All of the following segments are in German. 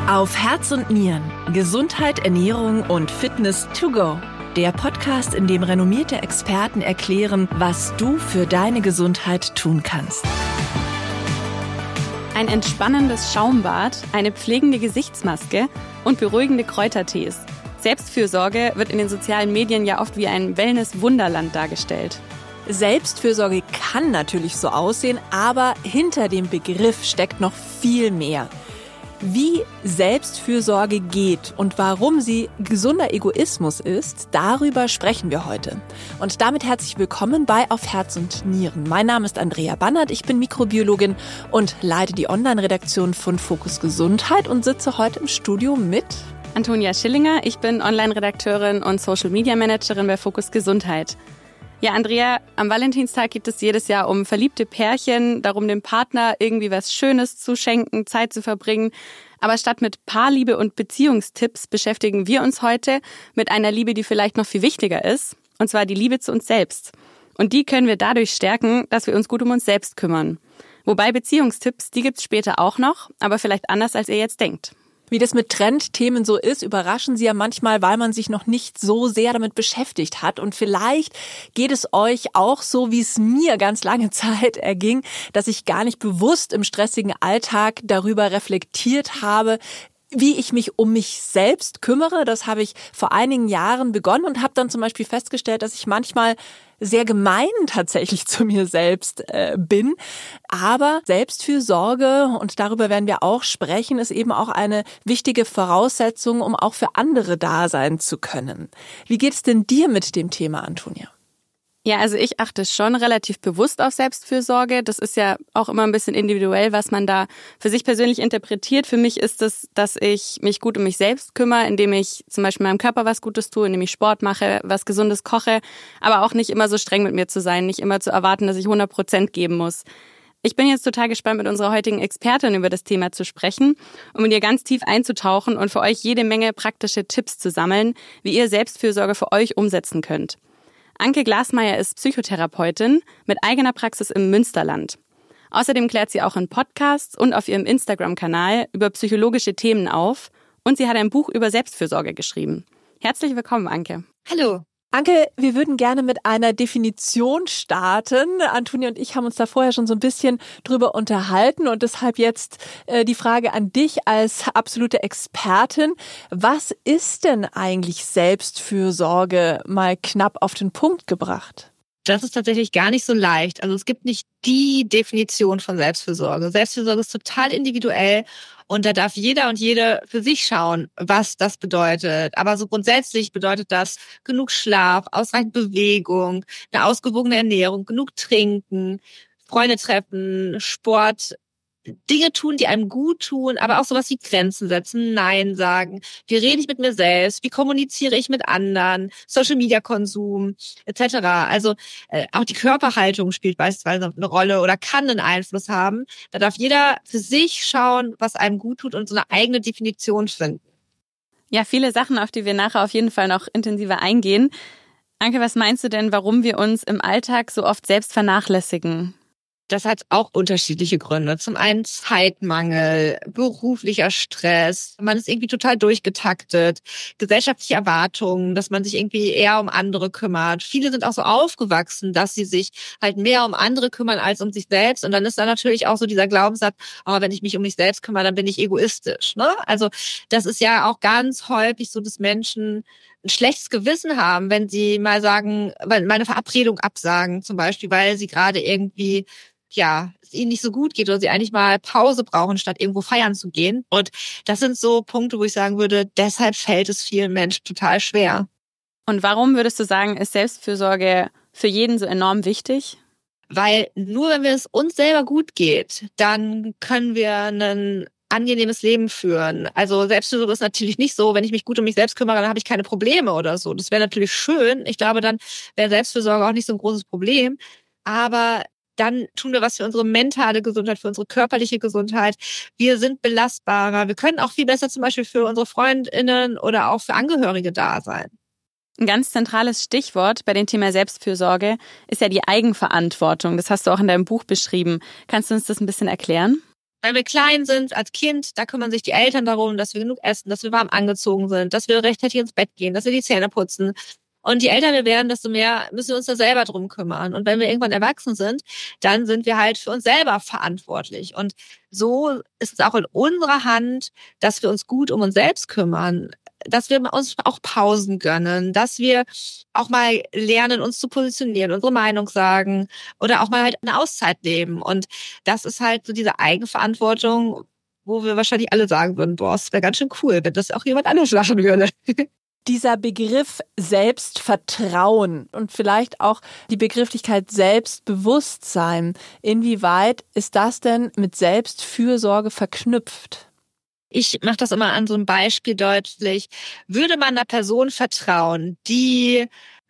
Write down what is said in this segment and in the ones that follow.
Auf Herz und Nieren. Gesundheit, Ernährung und Fitness to go. Der Podcast, in dem renommierte Experten erklären, was du für deine Gesundheit tun kannst. Ein entspannendes Schaumbad, eine pflegende Gesichtsmaske und beruhigende Kräutertees. Selbstfürsorge wird in den sozialen Medien ja oft wie ein Wellness-Wunderland dargestellt. Selbstfürsorge kann natürlich so aussehen, aber hinter dem Begriff steckt noch viel mehr. Wie Selbstfürsorge geht und warum sie gesunder Egoismus ist, darüber sprechen wir heute. Und damit herzlich willkommen bei Auf Herz und Nieren. Mein Name ist Andrea Bannert, ich bin Mikrobiologin und leite die Online-Redaktion von Fokus Gesundheit und sitze heute im Studio mit Antonia Schillinger, ich bin Online-Redakteurin und Social-Media-Managerin bei Fokus Gesundheit. Ja, Andrea, am Valentinstag geht es jedes Jahr um verliebte Pärchen, darum dem Partner irgendwie was Schönes zu schenken, Zeit zu verbringen. Aber statt mit Paarliebe und Beziehungstipps beschäftigen wir uns heute mit einer Liebe, die vielleicht noch viel wichtiger ist, und zwar die Liebe zu uns selbst. Und die können wir dadurch stärken, dass wir uns gut um uns selbst kümmern. Wobei Beziehungstipps, die gibt's später auch noch, aber vielleicht anders, als ihr jetzt denkt. Wie das mit Trendthemen so ist, überraschen sie ja manchmal, weil man sich noch nicht so sehr damit beschäftigt hat. Und vielleicht geht es euch auch so, wie es mir ganz lange Zeit erging, dass ich gar nicht bewusst im stressigen Alltag darüber reflektiert habe, wie ich mich um mich selbst kümmere. Das habe ich vor einigen Jahren begonnen und habe dann zum Beispiel festgestellt, dass ich manchmal sehr gemein tatsächlich zu mir selbst bin. Aber Selbstfürsorge, und darüber werden wir auch sprechen, ist eben auch eine wichtige Voraussetzung, um auch für andere da sein zu können. Wie geht es denn dir mit dem Thema, Antonia? Ja, also ich achte schon relativ bewusst auf Selbstfürsorge. Das ist ja auch immer ein bisschen individuell, was man da für sich persönlich interpretiert. Für mich ist es, dass ich mich gut um mich selbst kümmere, indem ich zum Beispiel meinem Körper was Gutes tue, indem ich Sport mache, was Gesundes koche, aber auch nicht immer so streng mit mir zu sein, nicht immer zu erwarten, dass ich 100% geben muss. Ich bin jetzt total gespannt, mit unserer heutigen Expertin über das Thema zu sprechen, um in ihr ganz tief einzutauchen und für euch jede Menge praktische Tipps zu sammeln, wie ihr Selbstfürsorge für euch umsetzen könnt. Anke Glasmeier ist Psychotherapeutin mit eigener Praxis im Münsterland. Außerdem klärt sie auch in Podcasts und auf ihrem Instagram-Kanal über psychologische Themen auf und sie hat ein Buch über Selbstfürsorge geschrieben. Herzlich willkommen, Anke. Hallo. Anke, wir würden gerne mit einer Definition starten. Antonia und ich haben uns da vorher schon so ein bisschen drüber unterhalten und deshalb jetzt die Frage an dich als absolute Expertin. Was ist denn eigentlich Selbstfürsorge, mal knapp auf den Punkt gebracht? Das ist tatsächlich gar nicht so leicht. Also es gibt nicht die Definition von Selbstfürsorge. Selbstfürsorge ist total individuell und da darf jeder und jede für sich schauen, was das bedeutet. Aber so grundsätzlich bedeutet das genug Schlaf, ausreichend Bewegung, eine ausgewogene Ernährung, genug Trinken, Freunde treffen, Sport, Dinge tun, die einem gut tun, aber auch sowas wie Grenzen setzen, Nein sagen. Wie rede ich mit mir selbst? Wie kommuniziere ich mit anderen? Social-Media-Konsum etc. Also auch die Körperhaltung spielt beispielsweise eine Rolle oder kann einen Einfluss haben. Da darf jeder für sich schauen, was einem gut tut und so eine eigene Definition finden. Ja, viele Sachen, auf die wir nachher auf jeden Fall noch intensiver eingehen. Anke, was meinst du denn, warum wir uns im Alltag so oft selbst vernachlässigen? Das hat auch unterschiedliche Gründe. Zum einen Zeitmangel, beruflicher Stress, man ist irgendwie total durchgetaktet, gesellschaftliche Erwartungen, dass man sich irgendwie eher um andere kümmert. Viele sind auch so aufgewachsen, dass sie sich halt mehr um andere kümmern als um sich selbst. Und dann ist da natürlich auch so dieser Glaubenssatz, oh, wenn ich mich um mich selbst kümmere, dann bin ich egoistisch. Ne? Also das ist ja auch ganz häufig so, dass Menschen ein schlechtes Gewissen haben, wenn sie mal sagen, meine Verabredung absagen zum Beispiel, weil sie gerade irgendwie es ihnen nicht so gut geht oder sie eigentlich mal Pause brauchen, statt irgendwo feiern zu gehen. Und das sind so Punkte, wo ich sagen würde, deshalb fällt es vielen Menschen total schwer. Und warum würdest du sagen, ist Selbstfürsorge für jeden so enorm wichtig? Weil nur wenn es uns selber gut geht, dann können wir ein angenehmes Leben führen. Also Selbstfürsorge ist natürlich nicht so, wenn ich mich gut um mich selbst kümmere, dann habe ich keine Probleme oder so. Das wäre natürlich schön. Ich glaube, dann wäre Selbstfürsorge auch nicht so ein großes Problem. Aber dann tun wir was für unsere mentale Gesundheit, für unsere körperliche Gesundheit. Wir sind belastbarer. Wir können auch viel besser zum Beispiel für unsere FreundInnen oder auch für Angehörige da sein. Ein ganz zentrales Stichwort bei dem Thema Selbstfürsorge ist ja die Eigenverantwortung. Das hast du auch in deinem Buch beschrieben. Kannst du uns das ein bisschen erklären? Wenn wir klein sind, als Kind, da kümmern sich die Eltern darum, dass wir genug essen, dass wir warm angezogen sind, dass wir rechtzeitig ins Bett gehen, dass wir die Zähne putzen. Und je älter wir werden, desto mehr müssen wir uns da selber drum kümmern. Und wenn wir irgendwann erwachsen sind, dann sind wir halt für uns selber verantwortlich. Und so ist es auch in unserer Hand, dass wir uns gut um uns selbst kümmern, dass wir uns auch Pausen gönnen, dass wir auch mal lernen, uns zu positionieren, unsere Meinung sagen oder auch mal halt eine Auszeit nehmen. Und das ist halt so diese Eigenverantwortung, wo wir wahrscheinlich alle sagen würden, boah, es wäre ganz schön cool, wenn das auch jemand anders machen würde. Dieser Begriff Selbstvertrauen und vielleicht auch die Begrifflichkeit Selbstbewusstsein, inwieweit ist das denn mit Selbstfürsorge verknüpft? Ich mache das immer an so einem Beispiel deutlich. Würde man einer Person vertrauen, die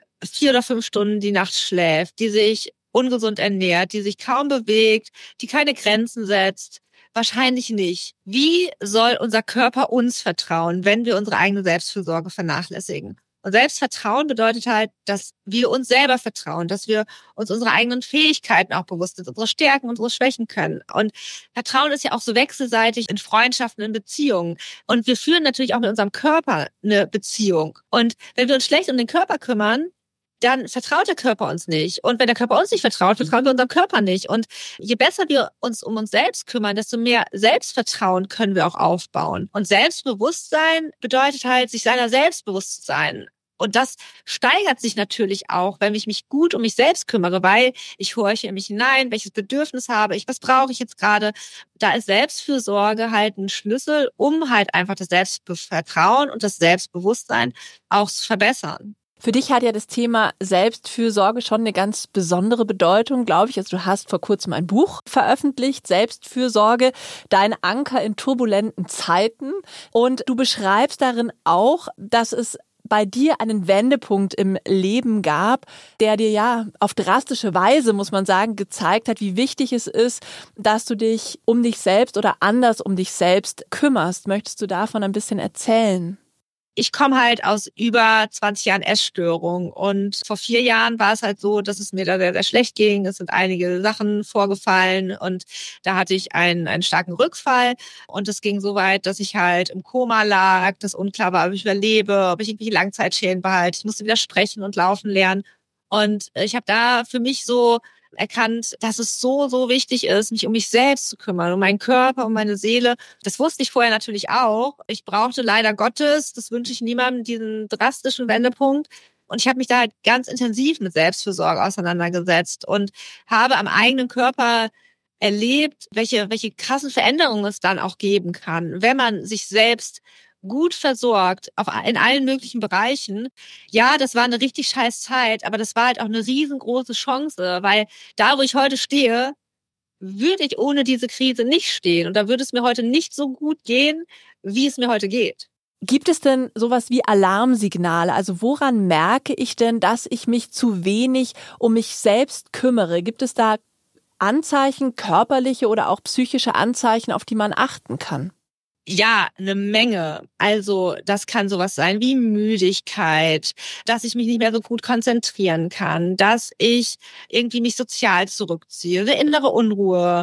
4 oder 5 Stunden die Nacht schläft, die sich ungesund ernährt, die sich kaum bewegt, die keine Grenzen setzt? Wahrscheinlich nicht. Wie soll unser Körper uns vertrauen, wenn wir unsere eigene Selbstfürsorge vernachlässigen? Und Selbstvertrauen bedeutet halt, dass wir uns selber vertrauen, dass wir uns unsere eigenen Fähigkeiten auch bewusst sind, unsere Stärken, unsere Schwächen können. Und Vertrauen ist ja auch so wechselseitig in Freundschaften, in Beziehungen. Und wir führen natürlich auch mit unserem Körper eine Beziehung. Und wenn wir uns schlecht um den Körper kümmern, dann vertraut der Körper uns nicht. Und wenn der Körper uns nicht vertraut, vertrauen wir unserem Körper nicht. Und je besser wir uns um uns selbst kümmern, desto mehr Selbstvertrauen können wir auch aufbauen. Und Selbstbewusstsein bedeutet halt, sich seiner selbst bewusst zu sein. Und das steigert sich natürlich auch, wenn ich mich gut um mich selbst kümmere, weil ich horche in mich hinein, welches Bedürfnis habe ich, was brauche ich jetzt gerade. Da ist Selbstfürsorge halt ein Schlüssel, um halt einfach das Selbstvertrauen und das Selbstbewusstsein auch zu verbessern. Für dich hat ja das Thema Selbstfürsorge schon eine ganz besondere Bedeutung, glaube ich. Also du hast vor kurzem ein Buch veröffentlicht, Selbstfürsorge, dein Anker in turbulenten Zeiten. Und du beschreibst darin auch, dass es bei dir einen Wendepunkt im Leben gab, der dir ja auf drastische Weise, muss man sagen, gezeigt hat, wie wichtig es ist, dass du dich um dich selbst oder anders um dich selbst kümmerst. Möchtest du davon ein bisschen erzählen? Ich komme halt aus über 20 Jahren Essstörung und vor 4 Jahren war es halt so, dass es mir da sehr, sehr schlecht ging. Es sind einige Sachen vorgefallen und da hatte ich einen starken Rückfall und es ging so weit, dass ich halt im Koma lag, dass unklar war, ob ich überlebe, ob ich irgendwelche Langzeitschäden behalte. Ich musste wieder sprechen und laufen lernen und ich habe da für mich so erkannt, dass es so, so wichtig ist, mich um mich selbst zu kümmern, um meinen Körper, um meine Seele. Das wusste ich vorher natürlich auch. Ich brauchte leider Gottes, das wünsche ich niemandem, diesen drastischen Wendepunkt. Und ich habe mich da halt ganz intensiv mit Selbstfürsorge auseinandergesetzt und habe am eigenen Körper erlebt, welche krassen Veränderungen es dann auch geben kann, wenn man sich selbst gut versorgt in allen möglichen Bereichen. Ja, das war eine richtig scheiß Zeit, aber das war halt auch eine riesengroße Chance, weil da, wo ich heute stehe, würde ich ohne diese Krise nicht stehen und da würde es mir heute nicht so gut gehen, wie es mir heute geht. Gibt es denn sowas wie Alarmsignale? Also woran merke ich denn, dass ich mich zu wenig um mich selbst kümmere? Gibt es da Anzeichen, körperliche oder auch psychische Anzeichen, auf die man achten kann? Ja, eine Menge. Also das kann sowas sein wie Müdigkeit, dass ich mich nicht mehr so gut konzentrieren kann, dass ich irgendwie mich sozial zurückziehe, eine innere Unruhe,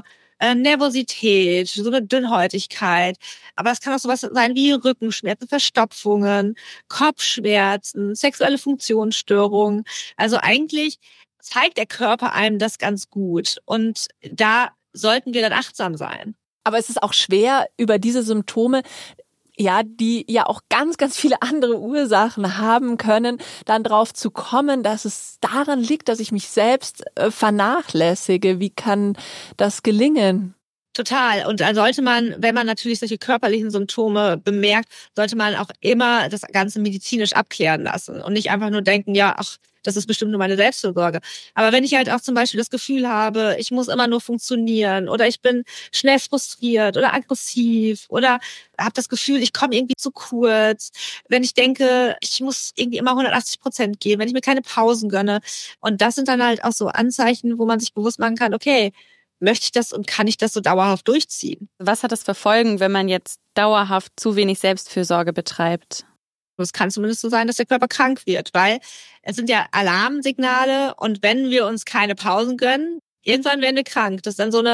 Nervosität, so eine Dünnhäutigkeit. Aber es kann auch sowas sein wie Rückenschmerzen, Verstopfungen, Kopfschmerzen, sexuelle Funktionsstörungen. Also eigentlich zeigt der Körper einem das ganz gut. Und da sollten wir dann achtsam sein. Aber es ist auch schwer, über diese Symptome, ja, die ja auch ganz, ganz viele andere Ursachen haben können, dann drauf zu kommen, dass es daran liegt, dass ich mich selbst vernachlässige. Wie kann das gelingen? Total. Und dann sollte man, wenn man natürlich solche körperlichen Symptome bemerkt, sollte man auch immer das Ganze medizinisch abklären lassen und nicht einfach nur denken, ja, ach, das ist bestimmt nur meine Selbstfürsorge. Aber wenn ich halt auch zum Beispiel das Gefühl habe, ich muss immer nur funktionieren oder ich bin schnell frustriert oder aggressiv oder habe das Gefühl, ich komme irgendwie zu kurz, wenn ich denke, ich muss irgendwie immer 180% geben, wenn ich mir keine Pausen gönne. Und das sind dann halt auch so Anzeichen, wo man sich bewusst machen kann, okay, möchte ich das und kann ich das so dauerhaft durchziehen? Was hat das für Folgen, wenn man jetzt dauerhaft zu wenig Selbstfürsorge betreibt? Es kann zumindest so sein, dass der Körper krank wird, weil es sind ja Alarmsignale und wenn wir uns keine Pausen gönnen, irgendwann werden wir krank. Das ist dann so eine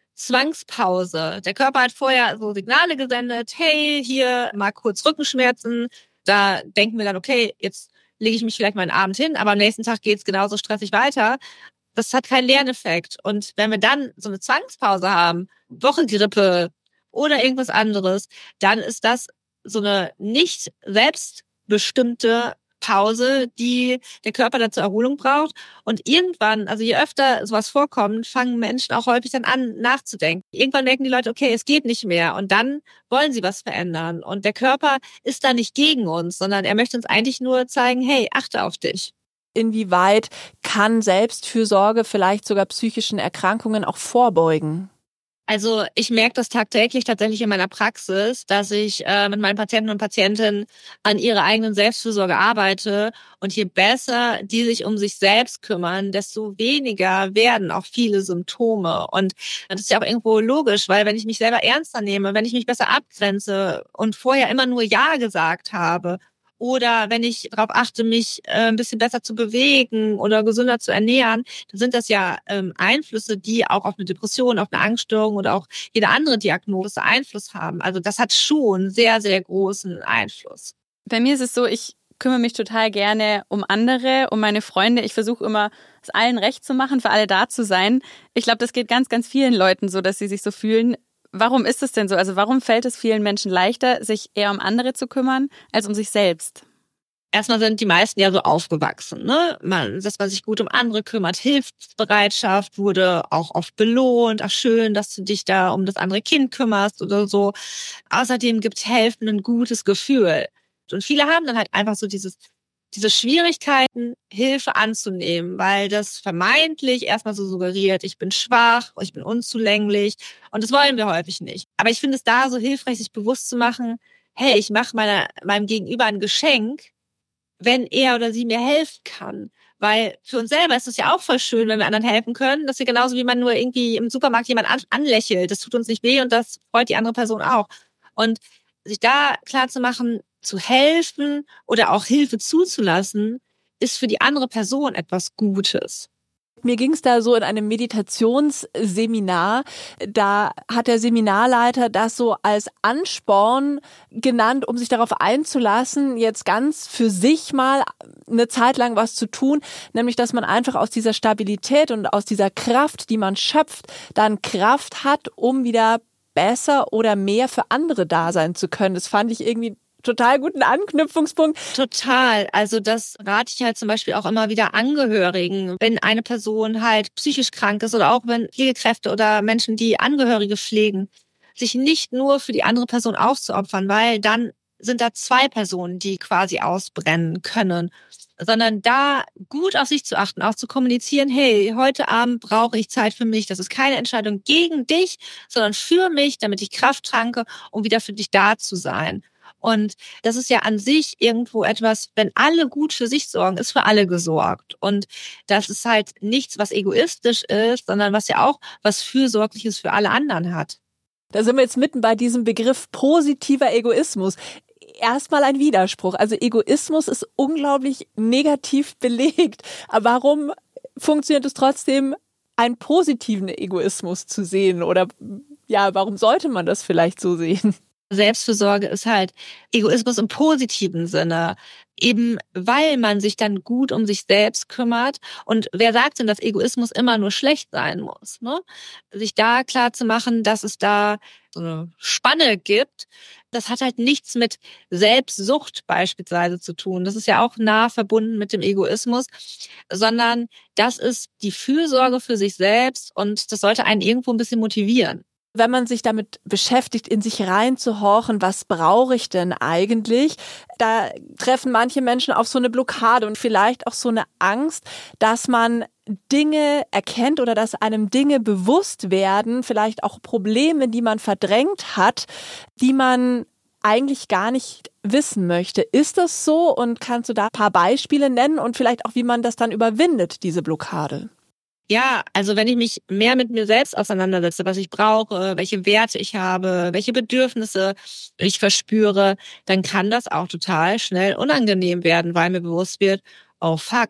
Zwangspause. Der Körper hat vorher so Signale gesendet, hey, hier mal kurz Rückenschmerzen. Da denken wir dann, okay, jetzt lege ich mich vielleicht mal einen Abend hin, aber am nächsten Tag geht's genauso stressig weiter. Das hat keinen Lerneffekt. Und wenn wir dann so eine Zwangspause haben, Woche Grippe oder irgendwas anderes, dann ist das so eine nicht selbstbestimmte Pause, die der Körper dann zur Erholung braucht. Und irgendwann, also je öfter sowas vorkommt, fangen Menschen auch häufig dann an nachzudenken. Irgendwann merken die Leute, okay, es geht nicht mehr. Und dann wollen sie was verändern. Und der Körper ist da nicht gegen uns, sondern er möchte uns eigentlich nur zeigen, hey, achte auf dich. Inwieweit kann Selbstfürsorge vielleicht sogar psychischen Erkrankungen auch vorbeugen? Also ich merke das tagtäglich tatsächlich in meiner Praxis, dass ich mit meinen Patienten und Patientinnen an ihrer eigenen Selbstfürsorge arbeite. Und je besser die sich um sich selbst kümmern, desto weniger werden auch viele Symptome. Und das ist ja auch irgendwo logisch, weil wenn ich mich selber ernster nehme, wenn ich mich besser abgrenze und vorher immer nur Ja gesagt habe, oder wenn ich darauf achte, mich ein bisschen besser zu bewegen oder gesünder zu ernähren, dann sind das ja Einflüsse, die auch auf eine Depression, auf eine Angststörung oder auch jede andere Diagnose Einfluss haben. Also das hat schon sehr, sehr großen Einfluss. Bei mir ist es so, ich kümmere mich total gerne um andere, um meine Freunde. Ich versuche immer, es allen recht zu machen, für alle da zu sein. Ich glaube, das geht ganz, ganz vielen Leuten so, dass sie sich so fühlen. Warum ist es denn so? Also warum fällt es vielen Menschen leichter, sich eher um andere zu kümmern, als um sich selbst? Erstmal sind die meisten ja so aufgewachsen, ne? Dass man sich gut um andere kümmert. Hilfsbereitschaft wurde auch oft belohnt. Ach, schön, dass du dich da um das andere Kind kümmerst oder so. Außerdem gibt Helfen ein gutes Gefühl. Und viele haben dann halt einfach so diese Schwierigkeiten, Hilfe anzunehmen, weil das vermeintlich erstmal so suggeriert, ich bin schwach, ich bin unzulänglich und das wollen wir häufig nicht. Aber ich finde es da so hilfreich, sich bewusst zu machen, hey, ich mache meinem Gegenüber ein Geschenk, wenn er oder sie mir helfen kann. Weil für uns selber ist es ja auch voll schön, wenn wir anderen helfen können. Das ist ja genauso, wie man nur irgendwie im Supermarkt jemand anlächelt. Das tut uns nicht weh und das freut die andere Person auch. Und sich da klar zu machen, zu helfen oder auch Hilfe zuzulassen, ist für die andere Person etwas Gutes. Mir ging es da so in einem Meditationsseminar. Da hat der Seminarleiter das so als Ansporn genannt, um sich darauf einzulassen, jetzt ganz für sich mal eine Zeit lang was zu tun, nämlich dass man einfach aus dieser Stabilität und aus dieser Kraft, die man schöpft, dann Kraft hat, um wieder besser oder mehr für andere da sein zu können. Das fand ich irgendwie total guten Anknüpfungspunkt. Total. Also das rate ich halt zum Beispiel auch immer wieder Angehörigen, wenn eine Person halt psychisch krank ist oder auch wenn Pflegekräfte oder Menschen, die Angehörige pflegen, sich nicht nur für die andere Person aufzuopfern, weil dann sind da zwei Personen, die quasi ausbrennen können, sondern da gut auf sich zu achten, auch zu kommunizieren, hey, heute Abend brauche ich Zeit für mich. Das ist keine Entscheidung gegen dich, sondern für mich, damit ich Kraft tanke, um wieder für dich da zu sein. Und das ist ja an sich irgendwo etwas, wenn alle gut für sich sorgen, ist für alle gesorgt. Und das ist halt nichts, was egoistisch ist, sondern was ja auch was Fürsorgliches für alle anderen hat. Da sind wir jetzt mitten bei diesem Begriff positiver Egoismus. Erstmal ein Widerspruch. Also Egoismus ist unglaublich negativ belegt. Aber warum funktioniert es trotzdem, einen positiven Egoismus zu sehen? Oder ja, warum sollte man das vielleicht so sehen? Selbstfürsorge ist halt Egoismus im positiven Sinne, eben weil man sich dann gut um sich selbst kümmert. Und wer sagt denn, dass Egoismus immer nur schlecht sein muss? Ne? Sich da klar zu machen, dass es da so eine Spanne gibt, das hat halt nichts mit Selbstsucht beispielsweise zu tun. Das ist ja auch nah verbunden mit dem Egoismus, sondern das ist die Fürsorge für sich selbst und das sollte einen irgendwo ein bisschen motivieren. Wenn man sich damit beschäftigt, in sich reinzuhorchen, was brauche ich denn eigentlich? Da treffen manche Menschen auf so eine Blockade und vielleicht auch so eine Angst, dass man Dinge erkennt oder dass einem Dinge bewusst werden, vielleicht auch Probleme, die man verdrängt hat, die man eigentlich gar nicht wissen möchte. Ist das so? Und kannst du da ein paar Beispiele nennen und vielleicht auch, wie man das dann überwindet, diese Blockade? Ja, also wenn ich mich mehr mit mir selbst auseinandersetze, was ich brauche, welche Werte ich habe, welche Bedürfnisse ich verspüre, dann kann das auch total schnell unangenehm werden, weil mir bewusst wird, oh fuck,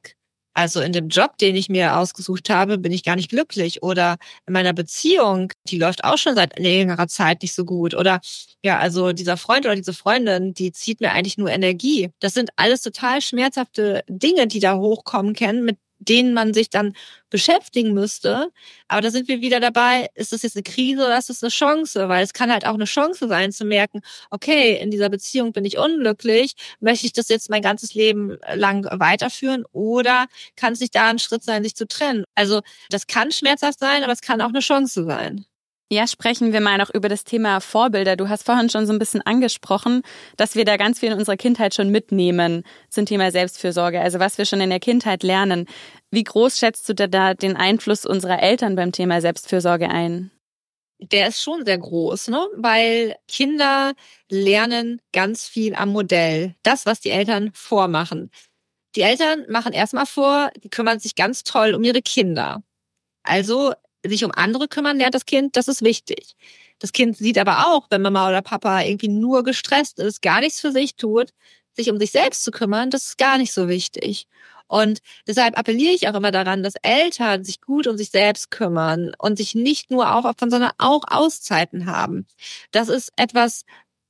Also in dem Job, den ich mir ausgesucht habe, bin ich gar nicht glücklich. Oder in meiner Beziehung, die läuft auch schon seit längerer Zeit nicht so gut. Oder ja, also dieser Freund oder diese Freundin, die zieht mir eigentlich nur Energie. Das sind alles total schmerzhafte Dinge, die da hochkommen können, mit denen man sich dann beschäftigen müsste. Aber da sind wir wieder dabei, ist das jetzt eine Krise oder ist das eine Chance? Weil es kann halt auch eine Chance sein, zu merken, okay, in dieser Beziehung bin ich unglücklich, möchte ich das jetzt mein ganzes Leben lang weiterführen oder kann es nicht da ein Schritt sein, sich zu trennen? Also das kann schmerzhaft sein, aber es kann auch eine Chance sein. Ja, sprechen wir mal noch über das Thema Vorbilder. Du hast vorhin schon so ein bisschen angesprochen, dass wir da ganz viel in unserer Kindheit schon mitnehmen zum Thema Selbstfürsorge, also was wir schon in der Kindheit lernen. Wie groß schätzt du da den Einfluss unserer Eltern beim Thema Selbstfürsorge ein? Der ist schon sehr groß, ne? Weil Kinder lernen ganz viel am Modell. Das, was die Eltern vormachen. Die Eltern machen erstmal vor, die kümmern sich ganz toll um ihre Kinder. Also sich um andere kümmern lernt das Kind, das ist wichtig. Das Kind sieht aber auch, wenn Mama oder Papa irgendwie nur gestresst ist, gar nichts für sich tut, sich um sich selbst zu kümmern, das ist gar nicht so wichtig. Und deshalb appelliere ich auch immer daran, dass Eltern sich gut um sich selbst kümmern und sich nicht nur aufopfern, sondern auch Auszeiten haben. Das ist etwas,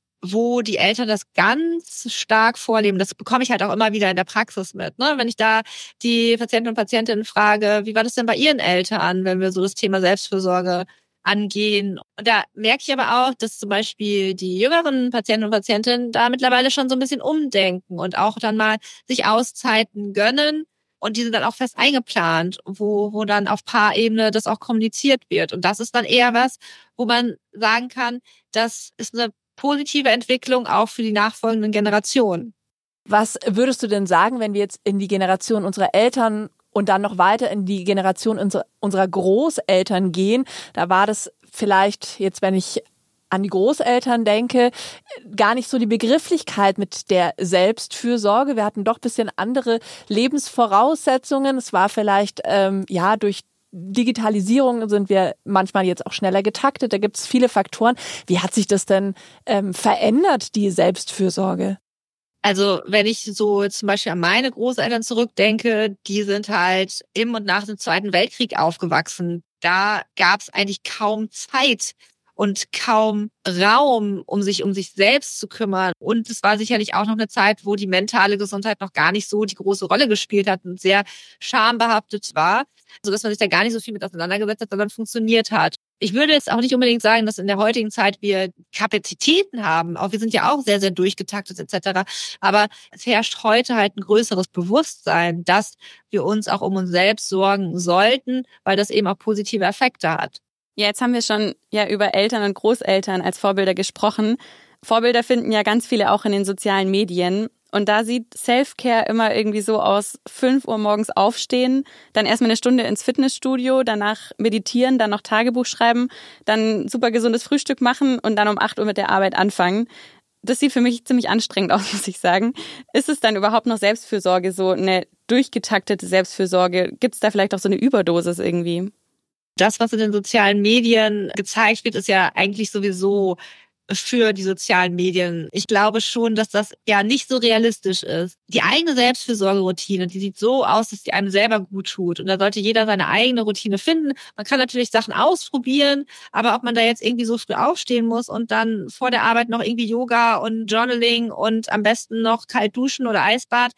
wo die Eltern das ganz stark vorleben. Das bekomme ich halt auch immer wieder in der Praxis mit. Ne? Wenn ich da die Patienten und Patientinnen frage, wie war das denn bei ihren Eltern, wenn wir so das Thema Selbstfürsorge angehen. Und da merke ich aber auch, dass zum Beispiel die jüngeren Patienten und Patientinnen da mittlerweile schon so ein bisschen umdenken und auch dann mal sich Auszeiten gönnen. Und die sind dann auch fest eingeplant, wo dann auf Paarebene das auch kommuniziert wird. Und das ist dann eher was, wo man sagen kann, das ist eine positive Entwicklung auch für die nachfolgenden Generationen. Was würdest du denn sagen, wenn wir jetzt in die Generation unserer Eltern und dann noch weiter in die Generation unserer Großeltern gehen? Da war das vielleicht jetzt, wenn ich an die Großeltern denke, gar nicht so die Begrifflichkeit mit der Selbstfürsorge. Wir hatten doch ein bisschen andere Lebensvoraussetzungen. Es war vielleicht durch Digitalisierung sind wir manchmal jetzt auch schneller getaktet. Da gibt es viele Faktoren. Wie hat sich das denn verändert, die Selbstfürsorge? Also wenn ich so zum Beispiel an meine Großeltern zurückdenke, die sind halt im und nach dem Zweiten Weltkrieg aufgewachsen. Da gab es eigentlich kaum Zeit und kaum Raum, um sich selbst zu kümmern. Und es war sicherlich auch noch eine Zeit, wo die mentale Gesundheit noch gar nicht so die große Rolle gespielt hat und sehr schambehaftet war, sodass man sich da gar nicht so viel mit auseinandergesetzt hat, sondern funktioniert hat. Ich würde jetzt auch nicht unbedingt sagen, dass in der heutigen Zeit wir Kapazitäten haben. Auch wir sind ja auch sehr, sehr durchgetaktet etc. Aber es herrscht heute halt ein größeres Bewusstsein, dass wir uns auch um uns selbst sorgen sollten, weil das eben auch positive Effekte hat. Ja, jetzt haben wir schon über Eltern und Großeltern als Vorbilder gesprochen. Vorbilder finden ja ganz viele auch in den sozialen Medien. Und da sieht Self-Care immer irgendwie so aus: 5 Uhr morgens aufstehen, dann erstmal eine Stunde ins Fitnessstudio, danach meditieren, dann noch Tagebuch schreiben, dann super gesundes Frühstück machen und dann um 8 Uhr mit der Arbeit anfangen. Das sieht für mich ziemlich anstrengend aus, muss ich sagen. Ist es dann überhaupt noch Selbstfürsorge, so eine durchgetaktete Selbstfürsorge? Gibt es da vielleicht auch so eine Überdosis irgendwie? Das, was in den sozialen Medien gezeigt wird, ist ja eigentlich sowieso für die sozialen Medien. Ich glaube schon, dass das ja nicht so realistisch ist. Die eigene Selbstfürsorgeroutine, die sieht so aus, dass die einem selber gut tut. Und da sollte jeder seine eigene Routine finden. Man kann natürlich Sachen ausprobieren, aber ob man da jetzt irgendwie so früh aufstehen muss und dann vor der Arbeit noch irgendwie Yoga und Journaling und am besten noch kalt duschen oder Eisbad,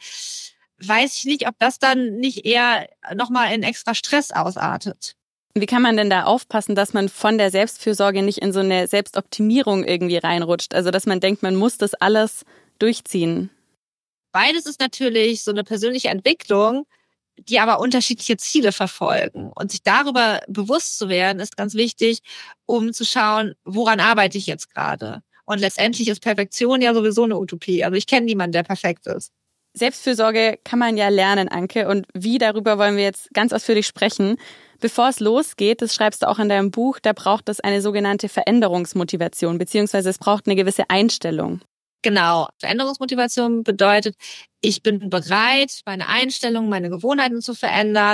weiß ich nicht, ob das dann nicht eher nochmal in extra Stress ausartet. Wie kann man denn da aufpassen, dass man von der Selbstfürsorge nicht in so eine Selbstoptimierung irgendwie reinrutscht? Also, dass man denkt, man muss das alles durchziehen. Beides ist natürlich so eine persönliche Entwicklung, die aber unterschiedliche Ziele verfolgen. Und sich darüber bewusst zu werden, ist ganz wichtig, um zu schauen, woran arbeite ich jetzt gerade? Und letztendlich ist Perfektion ja sowieso eine Utopie. Also ich kenne niemanden, der perfekt ist. Selbstfürsorge kann man ja lernen, Anke. Und wie, darüber wollen wir jetzt ganz ausführlich sprechen. Bevor es losgeht, das schreibst du auch in deinem Buch, da braucht es eine sogenannte Veränderungsmotivation, beziehungsweise es braucht eine gewisse Einstellung. Genau. Veränderungsmotivation bedeutet, ich bin bereit, meine Einstellung, meine Gewohnheiten zu verändern.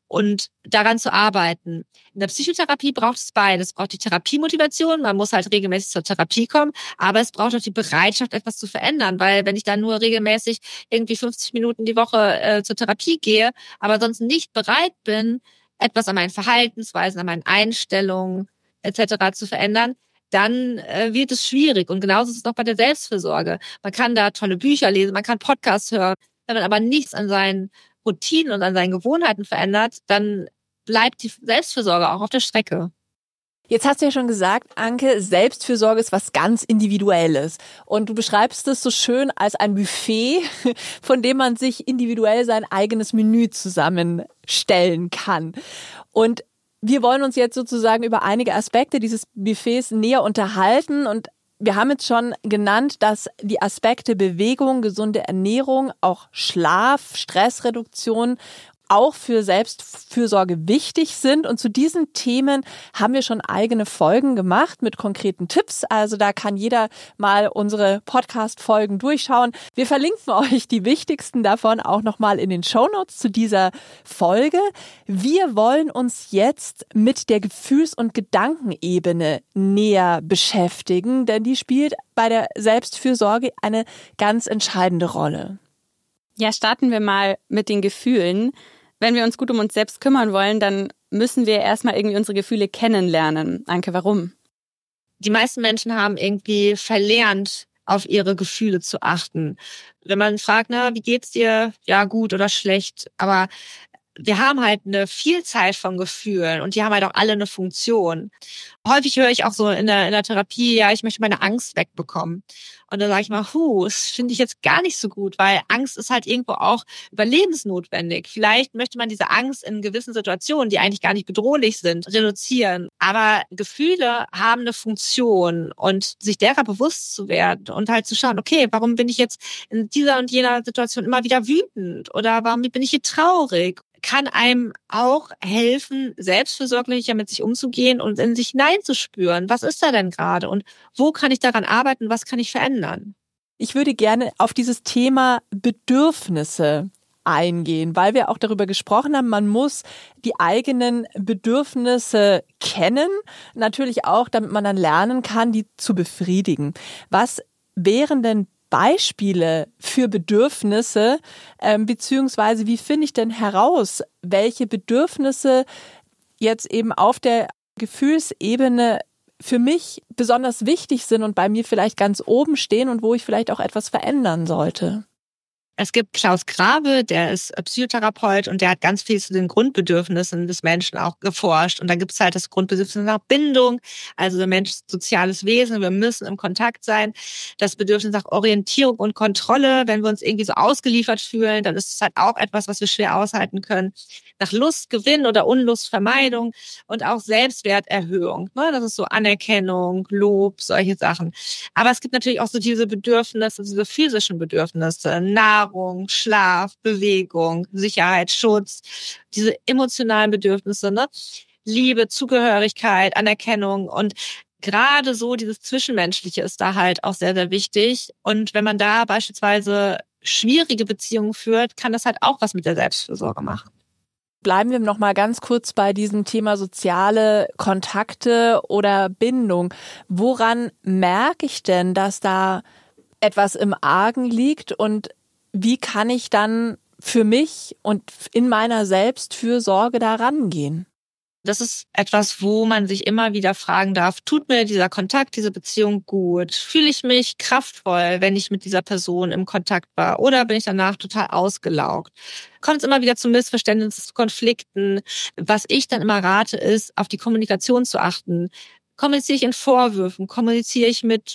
und daran zu arbeiten. In der Psychotherapie braucht es beides. Es braucht die Therapiemotivation, man muss halt regelmäßig zur Therapie kommen, aber es braucht auch die Bereitschaft, etwas zu verändern, weil wenn ich dann nur regelmäßig irgendwie 50 Minuten die Woche zur Therapie gehe, aber sonst nicht bereit bin, etwas an meinen Verhaltensweisen, an meinen Einstellungen etc. zu verändern, dann wird es schwierig. Und genauso ist es auch bei der Selbstfürsorge. Man kann da tolle Bücher lesen, man kann Podcasts hören. Wenn man aber nichts an seinen Routinen und an seinen Gewohnheiten verändert, dann bleibt die Selbstfürsorge auch auf der Strecke. Jetzt hast du ja schon gesagt, Anke, Selbstfürsorge ist was ganz Individuelles. Und du beschreibst es so schön als ein Buffet, von dem man sich individuell sein eigenes Menü zusammenstellen kann. Und wir wollen uns jetzt sozusagen über einige Aspekte dieses Buffets näher unterhalten. Und wir haben jetzt schon genannt, dass die Aspekte Bewegung, gesunde Ernährung, auch Schlaf, Stressreduktion auch für Selbstfürsorge wichtig sind. Und zu diesen Themen haben wir schon eigene Folgen gemacht mit konkreten Tipps. Also da kann jeder mal unsere Podcast-Folgen durchschauen. Wir verlinken euch die wichtigsten davon auch nochmal in den Shownotes zu dieser Folge. Wir wollen uns jetzt mit der Gefühls- und Gedankenebene näher beschäftigen, denn die spielt bei der Selbstfürsorge eine ganz entscheidende Rolle. Ja, starten wir mal mit den Gefühlen. Wenn wir uns gut um uns selbst kümmern wollen, dann müssen wir erstmal irgendwie unsere Gefühle kennenlernen. Anke, warum? Die meisten Menschen haben irgendwie verlernt, auf ihre Gefühle zu achten. Wenn man fragt, wie geht's dir? Ja, gut oder schlecht. Aber wir haben halt eine Vielzahl von Gefühlen und die haben halt auch alle eine Funktion. Häufig höre ich auch so in der Therapie, ja, ich möchte meine Angst wegbekommen. Und dann sage ich mal, das finde ich jetzt gar nicht so gut, weil Angst ist halt irgendwo auch überlebensnotwendig. Vielleicht möchte man diese Angst in gewissen Situationen, die eigentlich gar nicht bedrohlich sind, reduzieren. Aber Gefühle haben eine Funktion und sich derer bewusst zu werden und halt zu schauen, okay, warum bin ich jetzt in dieser und jener Situation immer wieder wütend oder warum bin ich hier traurig? Kann einem auch helfen, selbstfürsorglicher mit sich umzugehen und in sich hineinzuspüren. Was ist da denn gerade und wo kann ich daran arbeiten, was kann ich verändern? Ich würde gerne auf dieses Thema Bedürfnisse eingehen, weil wir auch darüber gesprochen haben, man muss die eigenen Bedürfnisse kennen, natürlich auch, damit man dann lernen kann, die zu befriedigen. Was wären denn Beispiele für Bedürfnisse, beziehungsweise wie finde ich denn heraus, welche Bedürfnisse jetzt eben auf der Gefühlsebene für mich besonders wichtig sind und bei mir vielleicht ganz oben stehen und wo ich vielleicht auch etwas verändern sollte? Es gibt Klaus Grabe, der ist Psychotherapeut und der hat ganz viel zu den Grundbedürfnissen des Menschen auch geforscht. Und da gibt es halt das Grundbedürfnis nach Bindung. Also der Mensch ist ein soziales Wesen, wir müssen im Kontakt sein. Das Bedürfnis nach Orientierung und Kontrolle, wenn wir uns irgendwie so ausgeliefert fühlen, dann ist es halt auch etwas, was wir schwer aushalten können. Nach Lust, Gewinn oder Unlustvermeidung und auch Selbstwerterhöhung. Das ist so Anerkennung, Lob, solche Sachen. Aber es gibt natürlich auch so diese Bedürfnisse, diese physischen Bedürfnisse, Nahrung, Schlaf, Bewegung, Sicherheit, Schutz, diese emotionalen Bedürfnisse, Liebe, Zugehörigkeit, Anerkennung und gerade so dieses Zwischenmenschliche ist da halt auch sehr, sehr wichtig. Und wenn man da beispielsweise schwierige Beziehungen führt, kann das halt auch was mit der Selbstfürsorge machen. Bleiben wir noch mal ganz kurz bei diesem Thema soziale Kontakte oder Bindung. Woran merke ich denn, dass da etwas im Argen liegt und wie kann ich dann für mich und in meiner Selbstfürsorge da rangehen? Das ist etwas, wo man sich immer wieder fragen darf, tut mir dieser Kontakt, diese Beziehung gut? Fühle ich mich kraftvoll, wenn ich mit dieser Person im Kontakt war? Oder bin ich danach total ausgelaugt? Kommt es immer wieder zu Missverständnissen, zu Konflikten? Was ich dann immer rate, ist, auf die Kommunikation zu achten. Kommuniziere ich in Vorwürfen? Kommuniziere ich mit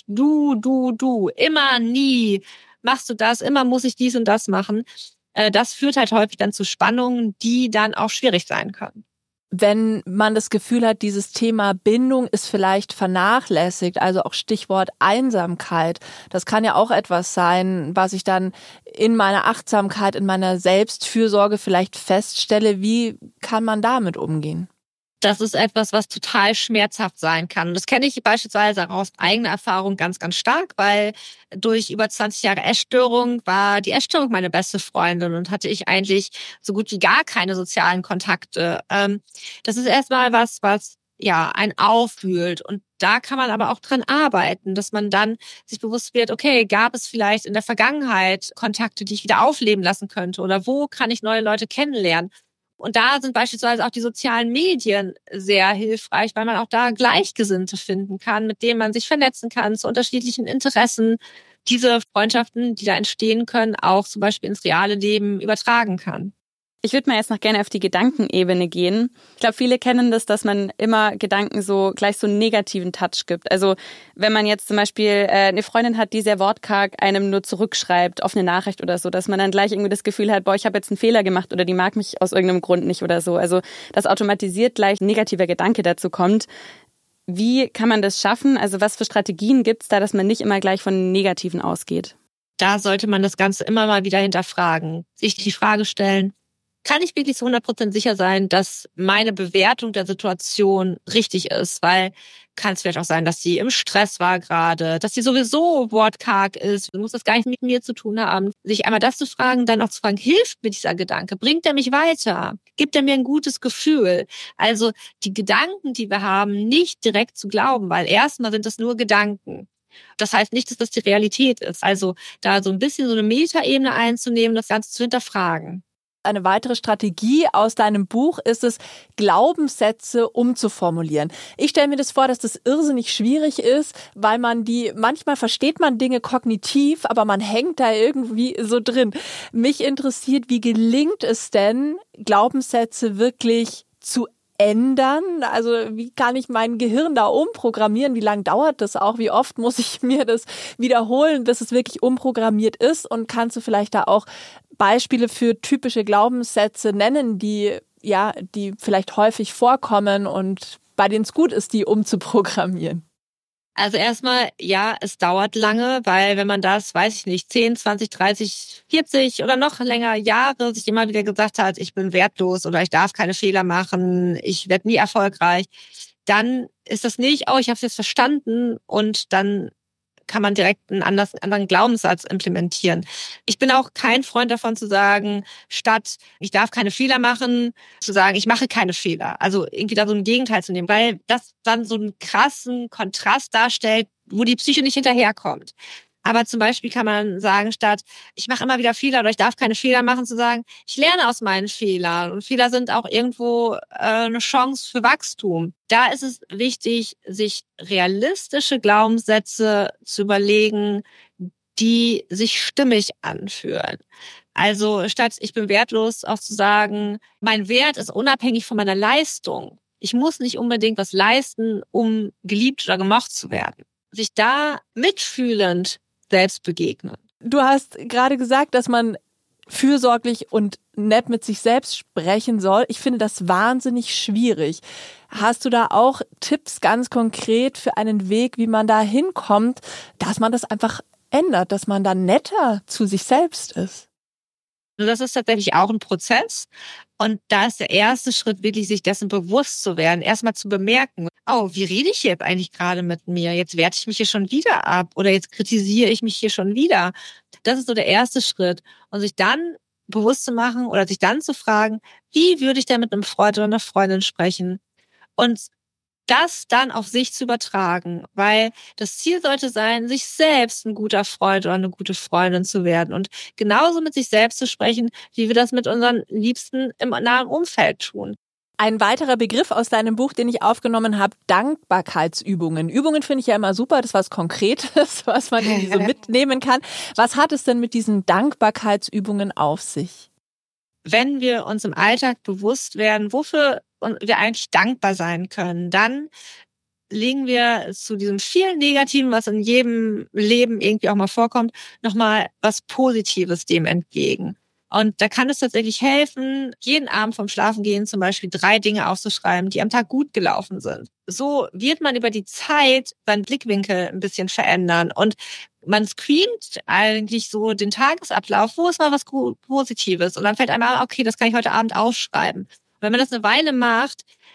du? Immer, nie. Machst du das? Immer muss ich dies und das machen. Das führt halt häufig dann zu Spannungen, die dann auch schwierig sein können. Wenn man das Gefühl hat, dieses Thema Bindung ist vielleicht vernachlässigt, also auch Stichwort Einsamkeit, das kann ja auch etwas sein, was ich dann in meiner Achtsamkeit, in meiner Selbstfürsorge vielleicht feststelle. Wie kann man damit umgehen? Das ist etwas, was total schmerzhaft sein kann. Und das kenne ich beispielsweise auch aus eigener Erfahrung ganz, ganz stark, weil durch über 20 Jahre Essstörung war die Essstörung meine beste Freundin und hatte ich eigentlich so gut wie gar keine sozialen Kontakte. Das ist erstmal was ja einen aufwühlt. Und da kann man aber auch dran arbeiten, dass man dann sich bewusst wird, okay, gab es vielleicht in der Vergangenheit Kontakte, die ich wieder aufleben lassen könnte? Oder wo kann ich neue Leute kennenlernen? Und da sind beispielsweise auch die sozialen Medien sehr hilfreich, weil man auch da Gleichgesinnte finden kann, mit denen man sich vernetzen kann zu unterschiedlichen Interessen. Diese Freundschaften, die da entstehen können, auch zum Beispiel ins reale Leben übertragen kann. Ich würde mal jetzt noch gerne auf die Gedankenebene gehen. Ich glaube, viele kennen das, dass man immer Gedanken so gleich so einen negativen Touch gibt. Also wenn man jetzt zum Beispiel eine Freundin hat, die sehr wortkarg einem nur zurückschreibt auf eine Nachricht oder so, dass man dann gleich irgendwie das Gefühl hat, boah, ich habe jetzt einen Fehler gemacht oder die mag mich aus irgendeinem Grund nicht oder so. Also dass automatisiert gleich ein negativer Gedanke dazu kommt. Wie kann man das schaffen? Also was für Strategien gibt's da, dass man nicht immer gleich von Negativen ausgeht? Da sollte man das Ganze immer mal wieder hinterfragen, sich die Frage stellen, kann ich wirklich zu 100% sicher sein, dass meine Bewertung der Situation richtig ist? Weil kann es vielleicht auch sein, dass sie im Stress war gerade, dass sie sowieso wortkarg ist, muss das gar nicht mit mir zu tun haben. Sich einmal das zu fragen, dann auch zu fragen, hilft mir dieser Gedanke? Bringt er mich weiter? Gibt er mir ein gutes Gefühl? Also die Gedanken, die wir haben, nicht direkt zu glauben, weil erstmal sind das nur Gedanken. Das heißt nicht, dass das die Realität ist. Also da so ein bisschen so eine Metaebene einzunehmen, das Ganze zu hinterfragen. Eine weitere Strategie aus deinem Buch ist es, Glaubenssätze umzuformulieren. Ich stelle mir das vor, dass das irrsinnig schwierig ist, weil manchmal versteht man Dinge kognitiv, aber man hängt da irgendwie so drin. Mich interessiert, wie gelingt es denn, Glaubenssätze wirklich zu ändern? Also wie kann ich mein Gehirn da umprogrammieren? Wie lange dauert das auch? Wie oft muss ich mir das wiederholen, bis es wirklich umprogrammiert ist? Und kannst du vielleicht da auch Beispiele für typische Glaubenssätze nennen, die vielleicht häufig vorkommen und bei denen es gut ist, die umzuprogrammieren? Also erstmal, ja, es dauert lange, weil wenn man das, weiß ich nicht, 10, 20, 30, 40 oder noch länger Jahre sich immer wieder gesagt hat, ich bin wertlos oder ich darf keine Fehler machen, ich werde nie erfolgreich, dann ist das nicht, oh, ich habe es jetzt verstanden und dann kann man direkt einen anderen Glaubenssatz implementieren. Ich bin auch kein Freund davon zu sagen, statt ich darf keine Fehler machen, zu sagen, ich mache keine Fehler. Also irgendwie da so ein Gegenteil zu nehmen, weil das dann so einen krassen Kontrast darstellt, wo die Psyche nicht hinterherkommt. Aber zum Beispiel kann man sagen, statt ich mache immer wieder Fehler oder ich darf keine Fehler machen, zu sagen, ich lerne aus meinen Fehlern. Und Fehler sind auch irgendwo eine Chance für Wachstum. Da ist es wichtig, sich realistische Glaubenssätze zu überlegen, die sich stimmig anfühlen. Also statt ich bin wertlos auch zu sagen, mein Wert ist unabhängig von meiner Leistung. Ich muss nicht unbedingt was leisten, um geliebt oder gemocht zu werden. Sich da mitfühlend selbst begegnen. Du hast gerade gesagt, dass man fürsorglich und nett mit sich selbst sprechen soll. Ich finde das wahnsinnig schwierig. Hast du da auch Tipps ganz konkret für einen Weg, wie man da hinkommt, dass man das einfach ändert, dass man da netter zu sich selbst ist? Also das ist tatsächlich auch ein Prozess. Und da ist der erste Schritt wirklich, sich dessen bewusst zu werden, erstmal zu bemerken, oh, wie rede ich jetzt eigentlich gerade mit mir? Jetzt werte ich mich hier schon wieder ab oder jetzt kritisiere ich mich hier schon wieder. Das ist so der erste Schritt. Und sich dann bewusst zu machen oder sich dann zu fragen, wie würde ich denn mit einem Freund oder einer Freundin sprechen? Und das dann auf sich zu übertragen, weil das Ziel sollte sein, sich selbst ein guter Freund oder eine gute Freundin zu werden und genauso mit sich selbst zu sprechen, wie wir das mit unseren Liebsten im nahen Umfeld tun. Ein weiterer Begriff aus deinem Buch, den ich aufgenommen habe, Dankbarkeitsübungen. Übungen finde ich ja immer super, das ist was Konkretes, was man irgendwie so mitnehmen kann. Was hat es denn mit diesen Dankbarkeitsübungen auf sich? Wenn wir uns im Alltag bewusst werden, wofür wir eigentlich dankbar sein können, dann legen wir zu diesem vielen Negativen, was in jedem Leben irgendwie auch mal vorkommt, nochmal was Positives dem entgegen. Und da kann es tatsächlich helfen, jeden Abend vorm Schlafengehen zum Beispiel 3 Dinge aufzuschreiben, die am Tag gut gelaufen sind. So wird man über die Zeit seinen Blickwinkel ein bisschen verändern und man screent eigentlich so den Tagesablauf, wo ist mal was Positives und dann fällt einem an, okay, das kann ich heute Abend aufschreiben. Wenn man das eine Weile macht,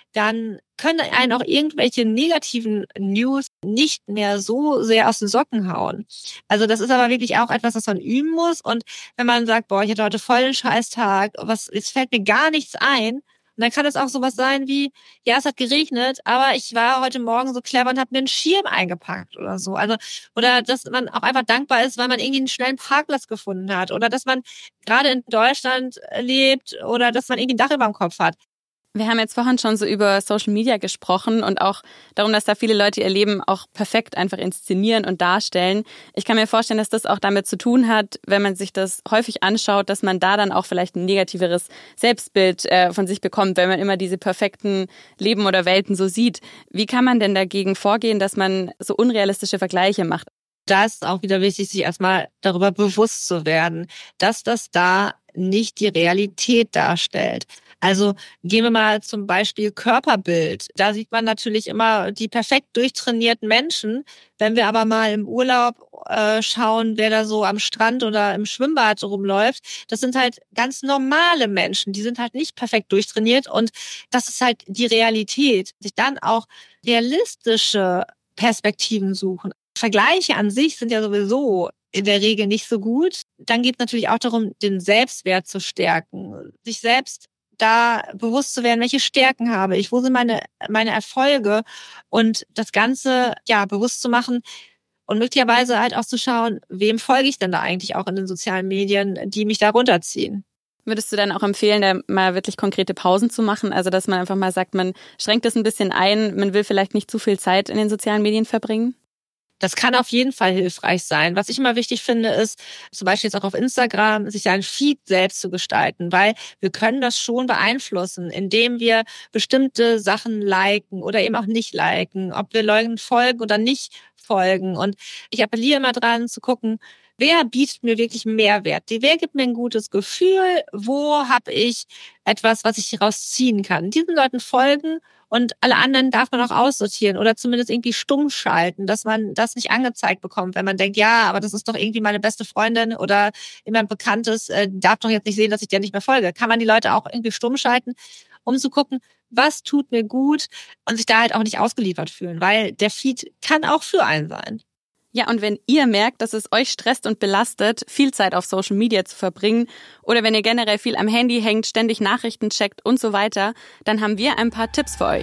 dann können einen auch irgendwelche negativen News nicht mehr so sehr aus den Socken hauen. Also das ist aber wirklich auch etwas, was man üben muss. Und wenn man sagt, boah, ich hatte heute voll den Scheißtag, jetzt fällt mir gar nichts ein. Und dann kann es auch sowas sein wie, ja, es hat geregnet, aber ich war heute Morgen so clever und habe mir einen Schirm eingepackt oder so. Also, oder dass man auch einfach dankbar ist, weil man irgendwie einen schnellen Parkplatz gefunden hat. Oder dass man gerade in Deutschland lebt oder dass man irgendwie ein Dach über dem Kopf hat. Wir haben jetzt vorhin schon so über Social Media gesprochen und auch darum, dass da viele Leute ihr Leben auch perfekt einfach inszenieren und darstellen. Ich kann mir vorstellen, dass das auch damit zu tun hat, wenn man sich das häufig anschaut, dass man da dann auch vielleicht ein negativeres Selbstbild von sich bekommt, wenn man immer diese perfekten Leben oder Welten so sieht. Wie kann man denn dagegen vorgehen, dass man so unrealistische Vergleiche macht? Da ist auch wieder wichtig, sich erstmal darüber bewusst zu werden, dass das da nicht die Realität darstellt. Also gehen wir mal zum Beispiel Körperbild. Da sieht man natürlich immer die perfekt durchtrainierten Menschen. Wenn wir aber mal im Urlaub schauen, wer da so am Strand oder im Schwimmbad rumläuft, das sind halt ganz normale Menschen. Die sind halt nicht perfekt durchtrainiert und das ist halt die Realität. Sich dann auch realistische Perspektiven suchen. Vergleiche an sich sind ja sowieso in der Regel nicht so gut. Dann geht es natürlich auch darum, den Selbstwert zu stärken, sich selbst da bewusst zu werden, welche Stärken habe ich, wo sind meine Erfolge und das Ganze ja bewusst zu machen und möglicherweise halt auch zu schauen, wem folge ich denn da eigentlich auch in den sozialen Medien, die mich da runterziehen. Würdest du dann auch empfehlen, da mal wirklich konkrete Pausen zu machen? Also, dass man einfach mal sagt, man schränkt das ein bisschen ein, man will vielleicht nicht zu viel Zeit in den sozialen Medien verbringen? Das kann auf jeden Fall hilfreich sein. Was ich immer wichtig finde, ist zum Beispiel jetzt auch auf Instagram, sich seinen Feed selbst zu gestalten, weil wir können das schon beeinflussen, indem wir bestimmte Sachen liken oder eben auch nicht liken, ob wir Leuten folgen oder nicht folgen. Und ich appelliere immer dran zu gucken, wer bietet mir wirklich Mehrwert? Wer gibt mir ein gutes Gefühl? Wo habe ich etwas, was ich rausziehen kann? Diesen Leuten folgen und alle anderen darf man auch aussortieren oder zumindest irgendwie stumm schalten, dass man das nicht angezeigt bekommt, wenn man denkt, ja, aber das ist doch irgendwie meine beste Freundin oder jemand Bekanntes, darf doch jetzt nicht sehen, dass ich dir nicht mehr folge. Kann man die Leute auch irgendwie stumm schalten, um zu gucken, was tut mir gut und sich da halt auch nicht ausgeliefert fühlen, weil der Feed kann auch für einen sein. Ja, und wenn ihr merkt, dass es euch stresst und belastet, viel Zeit auf Social Media zu verbringen oder wenn ihr generell viel am Handy hängt, ständig Nachrichten checkt und so weiter, dann haben wir ein paar Tipps für euch.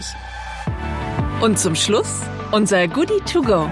Und zum Schluss unser Goodie to go.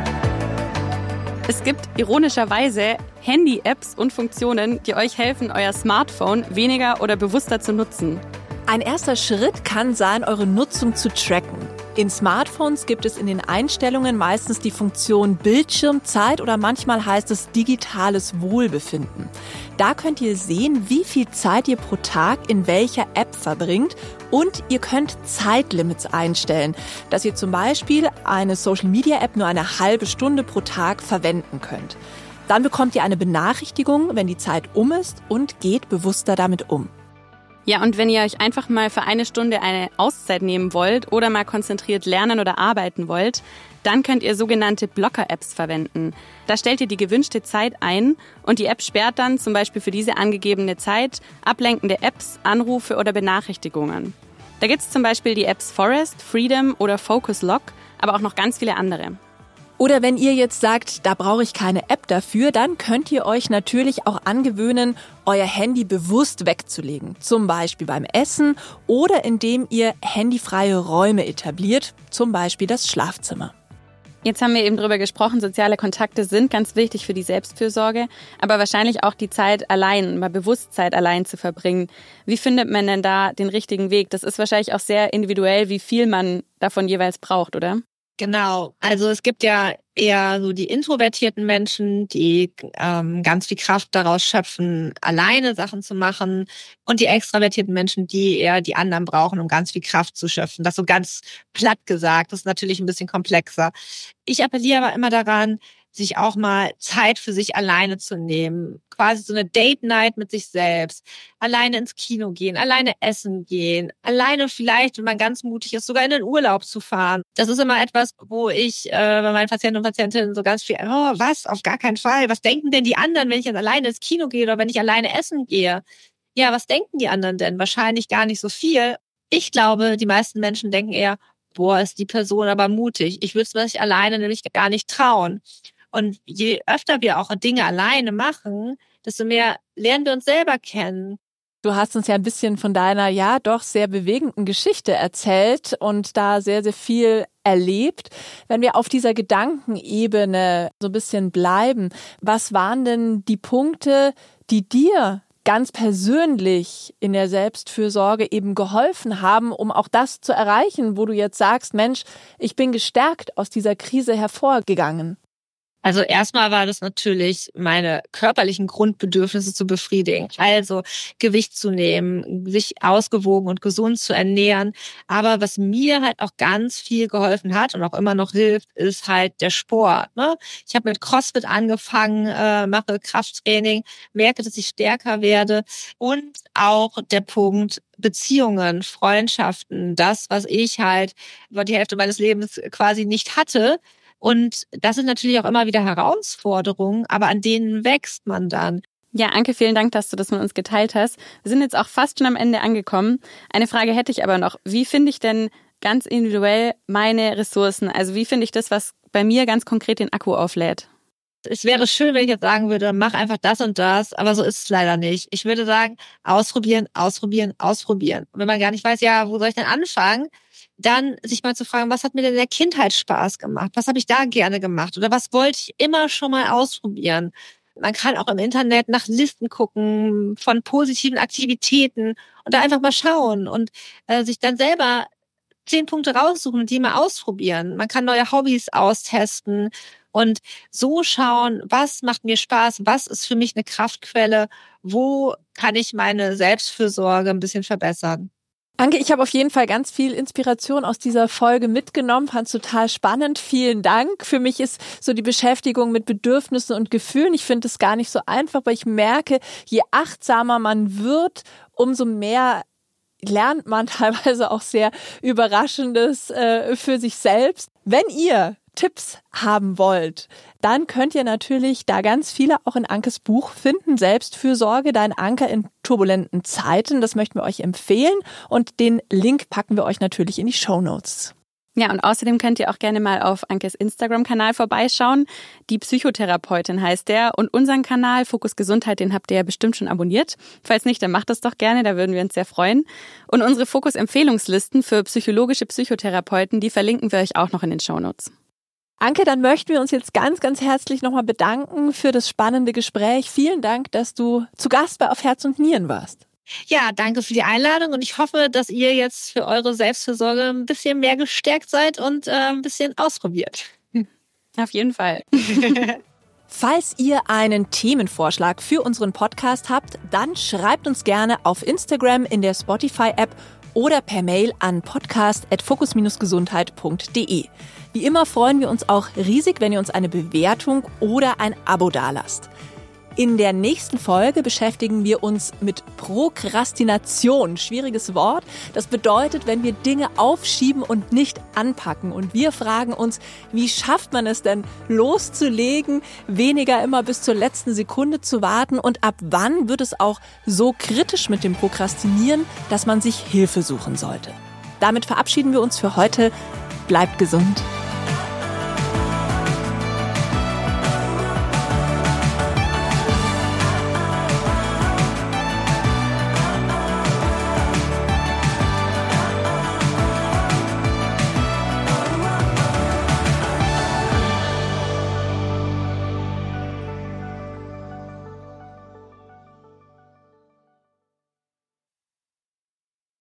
Es gibt ironischerweise Handy-Apps und Funktionen, die euch helfen, euer Smartphone weniger oder bewusster zu nutzen. Ein erster Schritt kann sein, eure Nutzung zu tracken. In Smartphones gibt es in den Einstellungen meistens die Funktion Bildschirmzeit oder manchmal heißt es digitales Wohlbefinden. Da könnt ihr sehen, wie viel Zeit ihr pro Tag in welcher App verbringt und ihr könnt Zeitlimits einstellen, dass ihr zum Beispiel eine Social-Media-App nur eine halbe Stunde pro Tag verwenden könnt. Dann bekommt ihr eine Benachrichtigung, wenn die Zeit um ist und geht bewusster damit um. Ja, und wenn ihr euch einfach mal für eine Stunde eine Auszeit nehmen wollt oder mal konzentriert lernen oder arbeiten wollt, dann könnt ihr sogenannte Blocker-Apps verwenden. Da stellt ihr die gewünschte Zeit ein und die App sperrt dann zum Beispiel für diese angegebene Zeit ablenkende Apps, Anrufe oder Benachrichtigungen. Da gibt's zum Beispiel die Apps Forest, Freedom oder Focus Lock, aber auch noch ganz viele andere. Oder wenn ihr jetzt sagt, da brauche ich keine App dafür, dann könnt ihr euch natürlich auch angewöhnen, euer Handy bewusst wegzulegen. Zum Beispiel beim Essen oder indem ihr handyfreie Räume etabliert, zum Beispiel das Schlafzimmer. Jetzt haben wir eben drüber gesprochen, soziale Kontakte sind ganz wichtig für die Selbstfürsorge, aber wahrscheinlich auch die Zeit allein, mal bewusst Zeit allein zu verbringen. Wie findet man denn da den richtigen Weg? Das ist wahrscheinlich auch sehr individuell, wie viel man davon jeweils braucht, oder? Genau, also es gibt ja eher so die introvertierten Menschen, die ganz viel Kraft daraus schöpfen, alleine Sachen zu machen und die extravertierten Menschen, die eher die anderen brauchen, um ganz viel Kraft zu schöpfen. Das so ganz platt gesagt, das ist natürlich ein bisschen komplexer. Ich appelliere aber immer daran, sich auch mal Zeit für sich alleine zu nehmen. Quasi so eine Date-Night mit sich selbst. Alleine ins Kino gehen, alleine essen gehen, alleine vielleicht, wenn man ganz mutig ist, sogar in den Urlaub zu fahren. Das ist immer etwas, wo ich bei meinen Patienten und Patientinnen so ganz viel, was? Auf gar keinen Fall. Was denken denn die anderen, wenn ich jetzt alleine ins Kino gehe oder wenn ich alleine essen gehe? Ja, was denken die anderen denn? Wahrscheinlich gar nicht so viel. Ich glaube, die meisten Menschen denken eher, boah, ist die Person aber mutig. Ich würde es mir alleine nämlich gar nicht trauen. Und je öfter wir auch Dinge alleine machen, desto mehr lernen wir uns selber kennen. Du hast uns ja ein bisschen von deiner, ja doch sehr bewegenden Geschichte erzählt und da sehr, sehr viel erlebt. Wenn wir auf dieser Gedankenebene so ein bisschen bleiben, was waren denn die Punkte, die dir ganz persönlich in der Selbstfürsorge eben geholfen haben, um auch das zu erreichen, wo du jetzt sagst, Mensch, ich bin gestärkt aus dieser Krise hervorgegangen? Also erstmal war das natürlich, meine körperlichen Grundbedürfnisse zu befriedigen. Also Gewicht zu nehmen, sich ausgewogen und gesund zu ernähren. Aber was mir halt auch ganz viel geholfen hat und auch immer noch hilft, ist halt der Sport. Ne? Ich habe mit CrossFit angefangen, mache Krafttraining, merke, dass ich stärker werde. Und auch der Punkt Beziehungen, Freundschaften, das, was ich halt über die Hälfte meines Lebens quasi nicht hatte. Und das sind natürlich auch immer wieder Herausforderungen, aber an denen wächst man dann. Ja, Anke, vielen Dank, dass du das mit uns geteilt hast. Wir sind jetzt auch fast schon am Ende angekommen. Eine Frage hätte ich aber noch. Wie finde ich denn ganz individuell meine Ressourcen? Also wie finde ich das, was bei mir ganz konkret den Akku auflädt? Es wäre schön, wenn ich jetzt sagen würde, mach einfach das und das, aber so ist es leider nicht. Ich würde sagen, ausprobieren. Und wenn man gar nicht weiß, ja, wo soll ich denn anfangen? Dann sich mal zu fragen, was hat mir denn in der Kindheit Spaß gemacht? Was habe ich da gerne gemacht? Oder was wollte ich immer schon mal ausprobieren? Man kann auch im Internet nach Listen gucken von positiven Aktivitäten und da einfach mal schauen und sich dann selber 10 Punkte raussuchen und die mal ausprobieren. Man kann neue Hobbys austesten und so schauen, was macht mir Spaß? Was ist für mich eine Kraftquelle? Wo kann ich meine Selbstfürsorge ein bisschen verbessern? Anke, ich habe auf jeden Fall ganz viel Inspiration aus dieser Folge mitgenommen, fand es total spannend. Vielen Dank. Für mich ist so die Beschäftigung mit Bedürfnissen und Gefühlen, ich finde es gar nicht so einfach, weil ich merke, je achtsamer man wird, umso mehr lernt man teilweise auch sehr Überraschendes für sich selbst. Wenn ihr Tipps haben wollt, dann könnt ihr natürlich da ganz viele auch in Ankes Buch finden. Selbstfürsorge, dein Anker in turbulenten Zeiten. Das möchten wir euch empfehlen und den Link packen wir euch natürlich in die Shownotes. Ja, und außerdem könnt ihr auch gerne mal auf Ankes Instagram-Kanal vorbeischauen. Die Psychotherapeutin heißt der und unseren Kanal Fokus Gesundheit, den habt ihr ja bestimmt schon abonniert. Falls nicht, dann macht das doch gerne, da würden wir uns sehr freuen. Und unsere Fokus-Empfehlungslisten für psychologische Psychotherapeuten, die verlinken wir euch auch noch in den Shownotes. Anke, dann möchten wir uns jetzt ganz, ganz herzlich nochmal bedanken für das spannende Gespräch. Vielen Dank, dass du zu Gast bei Auf Herz und Nieren warst. Ja, danke für die Einladung und ich hoffe, dass ihr jetzt für eure Selbstfürsorge ein bisschen mehr gestärkt seid und ein bisschen ausprobiert. Auf jeden Fall. Falls ihr einen Themenvorschlag für unseren Podcast habt, dann schreibt uns gerne auf Instagram, in der Spotify-App oder per Mail an podcast@fokus-gesundheit.de. Wie immer freuen wir uns auch riesig, wenn ihr uns eine Bewertung oder ein Abo dalasst. In der nächsten Folge beschäftigen wir uns mit Prokrastination. Schwieriges Wort. Das bedeutet, wenn wir Dinge aufschieben und nicht anpacken. Und wir fragen uns, wie schafft man es denn, loszulegen, weniger immer bis zur letzten Sekunde zu warten? Und ab wann wird es auch so kritisch mit dem Prokrastinieren, dass man sich Hilfe suchen sollte? Damit verabschieden wir uns für heute. Bleibt gesund.